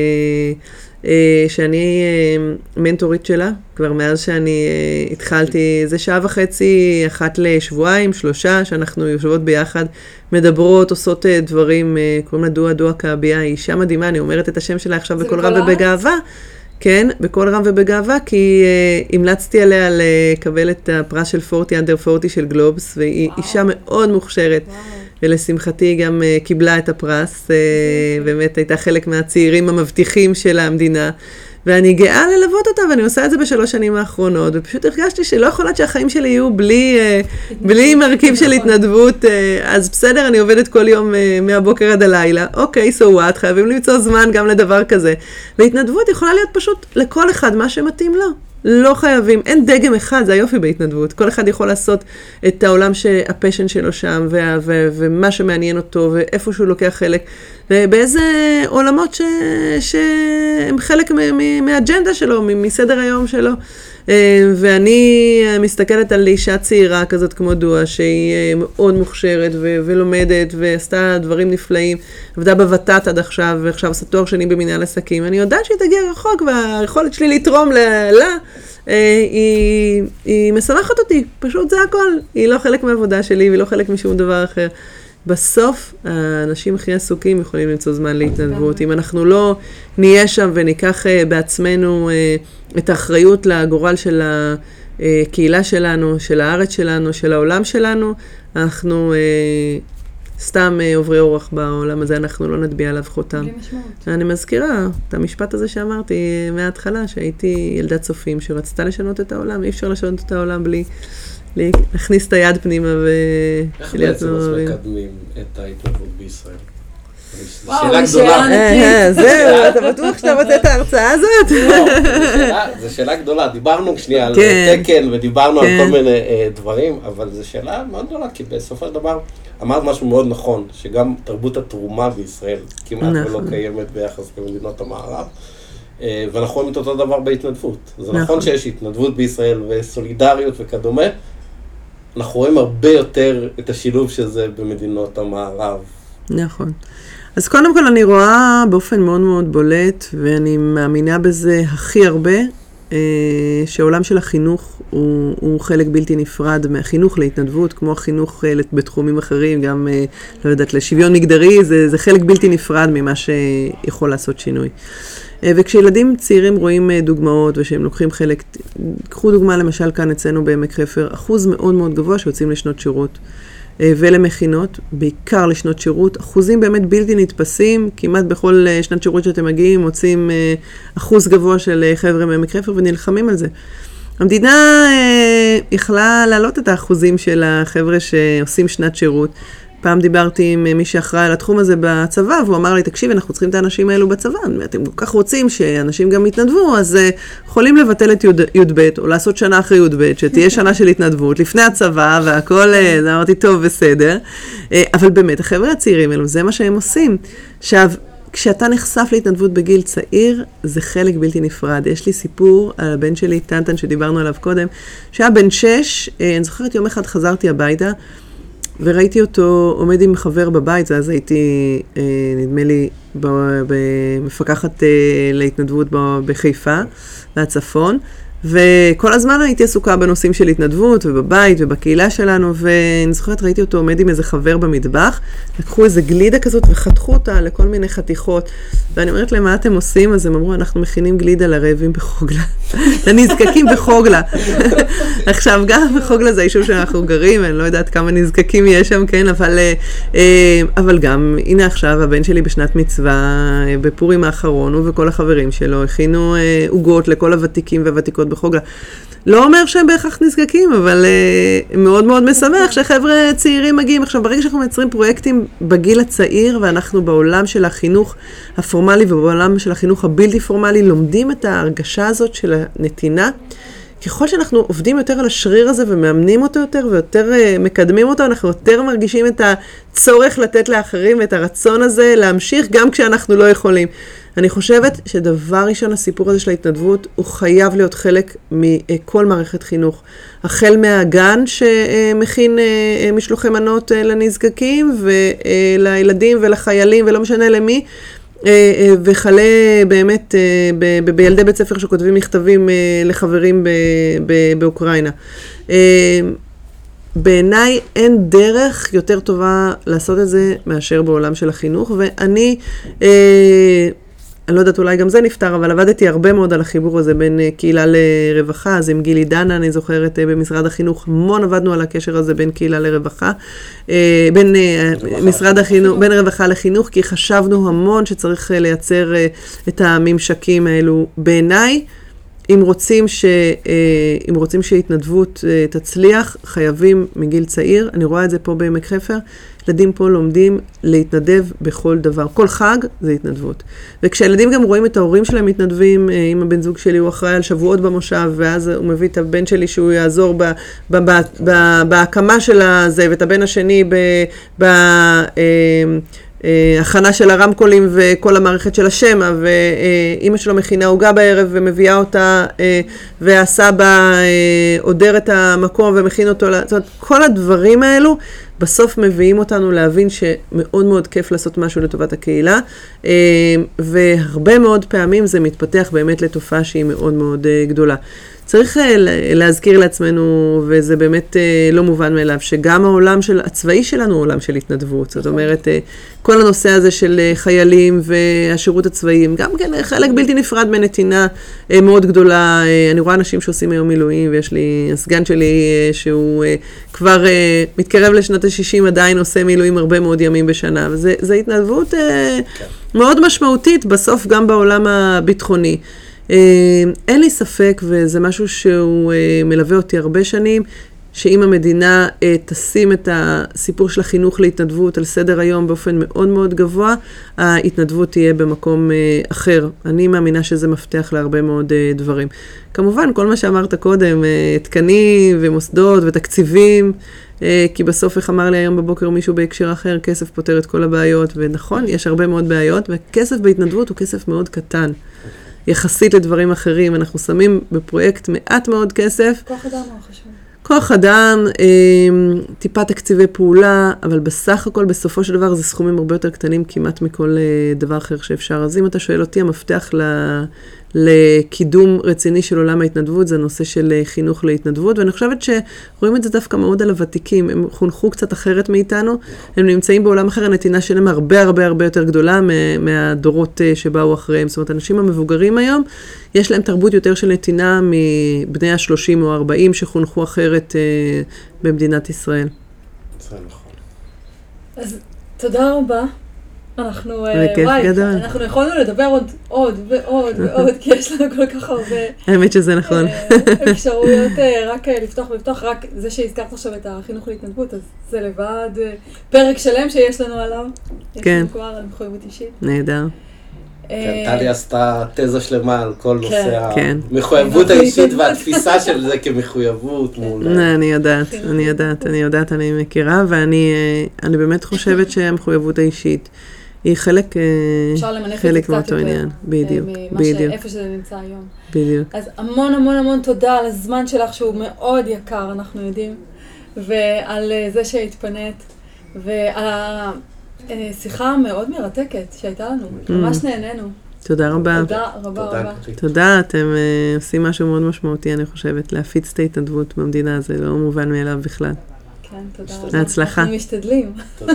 שאני מנטורית שלה, כבר מאז שאני התחלתי, זה 1.5 שעה, אחת לשבועיים, 3, שאנחנו יושבות ביחד, מדברות, עושות דברים, קוראים לה דואה כעביה, היא אישה מדהימה, אני אומרת את השם שלה עכשיו בכל רם ובגאווה, כן, בכל רם ובגאווה, כי המלצתי עליה לקבל את הפרס של 40 under 40 של גלובס, והיא אישה מאוד מוכשרת. ולשמחתי היא גם קיבלה את הפרס, באמת הייתה חלק מהצעירים המבטיחים של המדינה, ואני גאה ללוות אותה, ואני עושה את זה ב3 שנים האחרונות, ופשוט הרגשתי שלא יכולת שהחיים שלי יהיו בלי מרכיב של התנדבות, אז בסדר, אני עובדת כל יום מהבוקר עד הלילה, אוקיי, so what, חייבים למצוא זמן גם לדבר כזה, והתנדבות יכולה להיות פשוט לכל אחד מה שמתאים לו. לא חייבים, אין דגם אחד, זה היופי בהתנדבות. כל אחד יכול לעשות את העולם שהפשן שלו שם, ומה שמעניין אותו, ואיפה שהוא לוקח חלק, ובאיזה עולמות שהם חלק מהאג'נדה שלו, מסדר היום שלו. ואני מסתכלת על אישה צעירה כזאת כמו דואה, שהיא מאוד מוכשרת ולומדת, ועשתה דברים נפלאים, עבדה בוות"ת עד עכשיו, ועכשיו עשה תואר שני במנהל עסקים. אני יודעת שהיא תגיע רחוק, והיכולת שלי לתרום לה, היא משמחת אותי, פשוט זה הכל. היא לא חלק מהעבודה שלי, והיא לא חלק משום דבר אחר. בסוף, האנשים הכי עסוקים יכולים למצוא זמן להתנדבות. אם אנחנו לא נהיה שם וניקח בעצמנו את האחריות לגורל של הקהילה שלנו, של הארץ שלנו, של העולם שלנו, אנחנו סתם עוברי אורח בעולם הזה, אנחנו לא נטביע עליו חותם. בלי משמעות. אני מזכירה את המשפט הזה שאמרתי מההתחלה, שהייתי ילדת צופים שרצתה לשנות את העולם, אי אפשר לשנות את העולם בלי להכניס את היד פנימה איך בעצם אז מקדמים את ההתנדבות בישראל? זו שאלה גדולה. זהו, אתה בטוח שאתה רוצה את ההרצאה הזאת? זו שאלה גדולה. דיברנו שנייה על תקן ודיברנו על כל מיני דברים, אבל זו שאלה מאוד גדולה, כי בסופו של דבר אמרת משהו מאוד נכון, שגם תרבות התרומה בישראל כמעט ולא קיימת ביחס למדינות המערב. ואנחנו רואים את אותו דבר בהתנדבות. זה נכון שיש התנדבות בישראל וסולידריות וכדומה, אנחנו רואים הרבה יותר את השילוב של זה במדינות המערב. נכון. אז קודם כל אני רואה באופן מאוד מאוד בולט, ואני מאמינה בזה הכי הרבה, שהעולם של החינוך הוא חלק בלתי נפרד מהחינוך להתנדבות, כמו החינוך בתחומים אחרים, גם, לא יודעת, לשוויון מגדרי, זה חלק בלתי נפרד ממה שיכול לעשות שינוי. וכשילדים צעירים רואים דוגמאות ושהם לוקחים חלק, קחו דוגמה למשל כאן אצלנו בעמק חפר, אחוז מאוד מאוד גבוה שיוצאים לשנות שירות ולמכינות, בעיקר לשנות שירות, אחוזים באמת בלתי נתפסים, כמעט בכל שנת שירות שאתם מגיעים, מוצאים אחוז גבוה של חבר'ה מעמק חפר ונלחמים על זה. המדינה יכלה להעלות את האחוזים של החבר'ה שעושים שנת שירות. פעם דיברתי עם מי שאחראי על התחום הזה בצבא, והוא אמר לי, תקשיב, אנחנו צריכים את האנשים האלו בצבא, אתם כל כך רוצים שאנשים גם יתנדבו, אז יכולים לבטל את י"ב, או לעשות שנה אחרי י"ב, שתהיה שנה של התנדבות, לפני הצבא, והכל, אמרתי, טוב, בסדר. אבל באמת, החבר'ה הצעירים האלו, זה מה שהם עושים. עכשיו, כשאתה נחשף להתנדבות בגיל צעיר, זה חלק בלתי נפרד. יש לי סיפור על הבן שלי, טנטן, שדיברנו עליו קודם, שהיה בן 6, אני זוכרת יום אחד חזרתי הביתה, וראיתי אותו עומד עם חבר בבית, אז הייתי, נדמה לי, במפקחת להתנדבות בחיפה, מהצפון, וכל הזמן הייתי עסוקה בנושאים של התנדבות, ובבית, ובקהילה שלנו, ואני זוכרת, ראיתי אותו עומד עם איזה חבר במטבח, לקחו איזה גלידה כזאת וחתכו אותה לכל מיני חתיכות, ואני אומרת להם, מה אתם עושים? אז הם אמרו, אנחנו מכינים גלידה לרעבים בחוגלה, לנזקקים בחוגלה. עכשיו, גם בחוגלה זה היישוב שאנחנו גרים, אני לא יודעת כמה נזקקים יש שם, כן, אבל גם, הנה עכשיו, הבן שלי בשנת מצווה, בפורים האחרון, הוא וכל החברים שלו, הכינו עוגות לכל הוותיקים והוותיקות בחוגלה. לא אומר שהם בהכרח נזקקים, אבל מאוד מאוד משמח שחבר'ה צעירים מגיעים. עכשיו, ברגע שאנחנו מייצרים פרויקטים בגיל הצעיר, ואנחנו בעולם של החינוך הפורמלי ובעולם של החינוך הבלתי פורמלי, לומדים את ההרגשה הזאת של הנתינה, ככל שאנחנו עובדים יותר על השריר הזה ומאמנים אותו יותר ויותר מקדמים אותו, אנחנו יותר מרגישים את הצורך לתת לאחרים ואת הרצון הזה להמשיך גם כשאנחנו לא יכולים. אני חושבת שדבר ראשון, הסיפור הזה של ההתנדבות, הוא חייב להיות חלק מכל מערכת חינוך. החל מהגן שמכין משלוחי מנות לנזקקים ולילדים ולחיילים ולא משנה למי, וחלה באמת בילדי בית ספר שכותבים מכתבים לחברים באוקראינה. בעיניי אין דרך יותר טובה לעשות את זה מאשר בעולם של החינוך, ואני אני לא יודעת, אולי גם זה נפטר, אבל עבדתי הרבה מאוד על החיבור הזה בין קהילה לרווחה, אז עם גילי דנה, אני זוכרת, במשרד החינוך, המון עבדנו על הקשר הזה בין קהילה לרווחה, בין משרד החינוך, בין רווחה לחינוך, כי חשבנו המון שצריך לייצר את הממשקים האלו. בעיניי, אם רוצים שהתנדבות תצליח, חייבים מגיל צעיר, אני רואה את זה פה בעמק חפר, ילדים פה לומדים להתנדב בכל דבר. כל חג זה התנדבות. וכשהילדים גם רואים את ההורים שלהם מתנדבים, עם הבן זוג שלי הוא אחראי על שבועות במושב, ואז הוא מביא את הבן שלי שהוא יעזור בהקמה של הזה, ואת הבן השני הכנה של הרמקולים וכל המערכת של השמה, ואמא שלו מכינה עוגה בערב ומביאה אותה, והסבא עודר את המקום ומכין אותו, זאת אומרת, כל הדברים האלו בסוף מביאים אותנו להבין שמאוד מאוד כיף לעשות משהו לטובת הקהילה, והרבה מאוד פעמים זה מתפתח באמת לתופעה שהיא מאוד מאוד גדולה. צריך להזכיר לעצמנו, וזה באמת לא מובן מאליו, שגם העולם הצבאי שלנו הוא עולם של התנדבות. זאת אומרת, כל הנושא הזה של חיילים והשירות הצבאיים, גם כן חלק בלתי נפרד מנתינה מאוד גדולה. אני רואה אנשים שעושים היום מילואים, ויש לי הסגן שלי שהוא כבר מתקרב לשנות ה-60, עדיין עושה מילואים הרבה מאוד ימים בשנה. וזו התנדבות מאוד משמעותית, בסוף גם בעולם הביטחוני. אין לי ספק, וזה משהו שהוא מלווה אותי הרבה שנים, שאם המדינה תשים את הסיפור של החינוך להתנדבות על סדר היום באופן מאוד מאוד גבוה, ההתנדבות תהיה במקום אחר. אני מאמינה שזה מפתח להרבה מאוד דברים. כמובן, כל מה שאמרת קודם, תקנים ומוסדות ותקציבים, כי בסוף, איך אמר לי היום בבוקר מישהו בהקשר אחר, כסף פותר את כל הבעיות, ונכון, יש הרבה מאוד בעיות, וכסף בהתנדבות הוא כסף מאוד קטן. יחסית לדברים אחרים, אנחנו שמים בפרויקט מעט מאוד כסף. כוח אדם הוא חשוב. כוח אדם, טיפה תקציבי פעולה, אבל בסך הכל, בסופו של דבר, זה סכומים הרבה יותר קטנים כמעט מכל דבר אחר שאפשר. אז אם אתה שואל אותי, המפתח לקידום רציני של עולם ההתנדבות, זה נושא של חינוך להתנדבות, ואני חושבת שרואים את זה דווקא מאוד על הוותיקים, הם חונכו קצת אחרת מאיתנו, הם נמצאים בעולם אחר, הנתינה שלהם הרבה הרבה הרבה יותר גדולה מהדורות שבאו אחריהם, זאת אומרת, אנשים המבוגרים היום, יש להם תרבות יותר של נתינה מבני ה-30 או 40 שחונכו אחרת במדינת ישראל. זה נכון. אז תודה רבה. אנחנו, בכיף גדול. אנחנו יכולנו לדבר עוד ועוד ועוד, כי יש לנו כל כך הרבה... האמת שזה נכון. אפשרויות רק לפתוח ולפתוח, רק זה שהזכרת עכשיו את החינוך להתנדבות, אז זה לבד פרק שלם שיש לנו עליו. כן. יש לנו כבר על מחויבות אישית. נהדר. טלי עשתה תזה שלמה על כל נושא כן. המחויבות האישית והתפיסה של זה כמחויבות מול... אני יודעת, אני מכירה, ואני באמת חושבת שהמחויבות האישית היא חלק מאותו עניין. בדיוק. איפה שזה נמצא היום. בדיוק. אז המון המון המון תודה על הזמן שלך שהוא מאוד יקר, אנחנו יודעים, ועל זה שהתפנית, ועל השיחה המאוד מרתקת שהייתה לנו. ממש נהנינו. תודה רבה. תודה רבה. תודה, אתם עושים משהו מאוד משמעותי, אני חושבת, להפיץ את ההתנדבות במדינה, זה לא מובן מאליו בכלל. כן, תודה רבה. להצלחה. אנחנו משתדלים. תודה.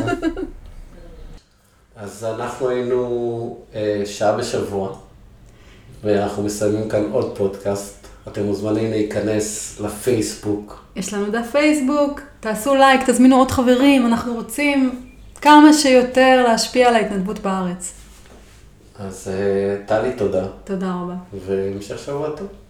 אז אנחנו היינו שעה בשבוע, ואנחנו מסיימים כאן עוד פודקאסט. אתם מוזמנים להיכנס לפייסבוק. יש לנו דף פייסבוק, תעשו לייק, תזמינו עוד חברים, אנחנו רוצים כמה שיותר להשפיע על ההתנדבות בארץ. אז טלי, תודה. תודה רבה. והמשך שבוע טוב.